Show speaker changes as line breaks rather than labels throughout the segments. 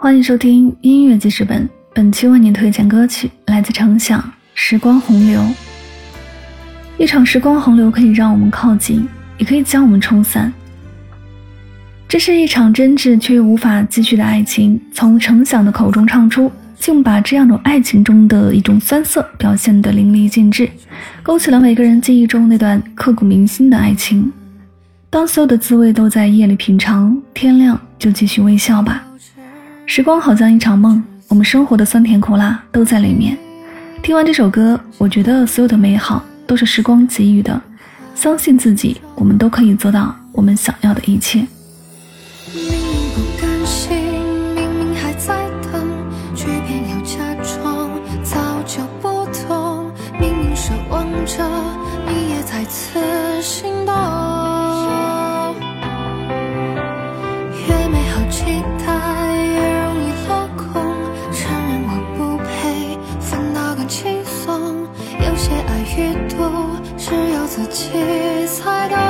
欢迎收听音乐记事本，本期为您推荐歌曲来自程响《时光洪流》。一场时光洪流可以让我们靠近，也可以将我们冲散。这是一场真挚却又无法继续的爱情，从程响的口中唱出，竟把这样种爱情中的一种酸涩表现得淋漓尽致，勾起了每个人记忆中那段刻骨铭心的爱情。当所有的滋味都在夜里品尝，天亮就继续微笑吧。时光好像一场梦，我们生活的酸甜苦辣都在里面。听完这首歌，我觉得所有的美好都是时光给予的，相信自己，我们都可以做到我们想要的一切。
明明不甘心，明明还在等，却偏要假装早就不懂。明明奢望着，你也在此心动。越美好期待，越容易落空。承认我不配，反倒更轻松。有些爱越多，只有自己才懂。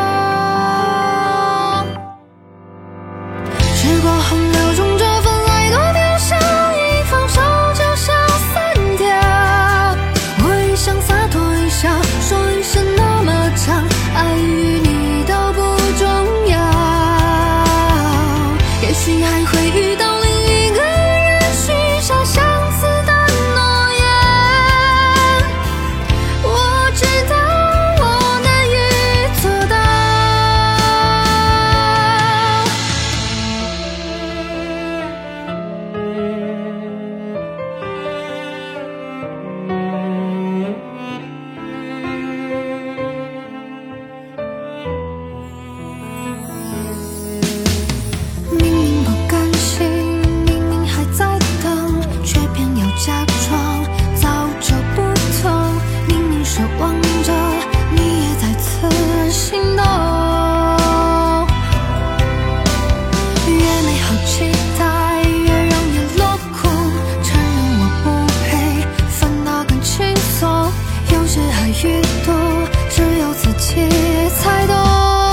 时光洪流中，这份爱多渺小，一放手就想散掉。我也想洒脱一笑，说一声那么长，爱与你都不重要。也许还会遇到另一个人，许下相似的诺言。我知道我难以做到。明明不甘心，明明还在等，却偏要假装早就不同。明明奢望着，你也在此心动。越美好期待，越容易落空。承认我不配，反倒更轻松。有些爱越多，只有自己才懂。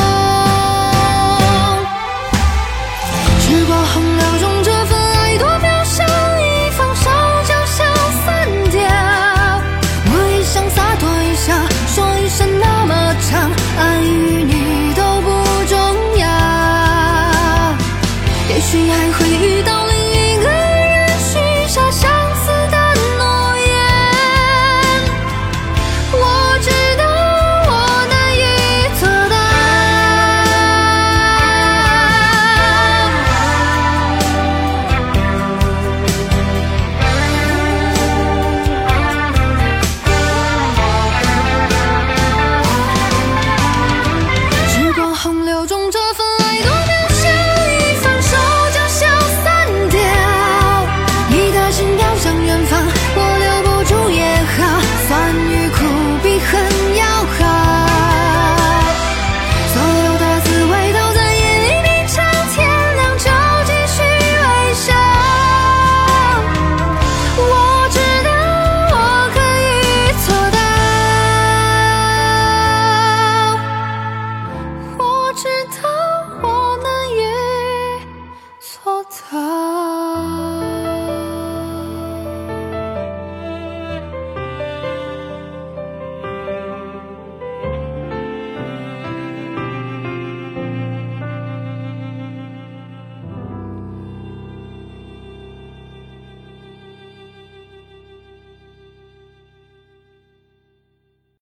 时光洪流中，这份爱多渺小，一放手就想散掉。我也想洒脱一笑，说一声那么长，爱与你都不重要。也许还会遇到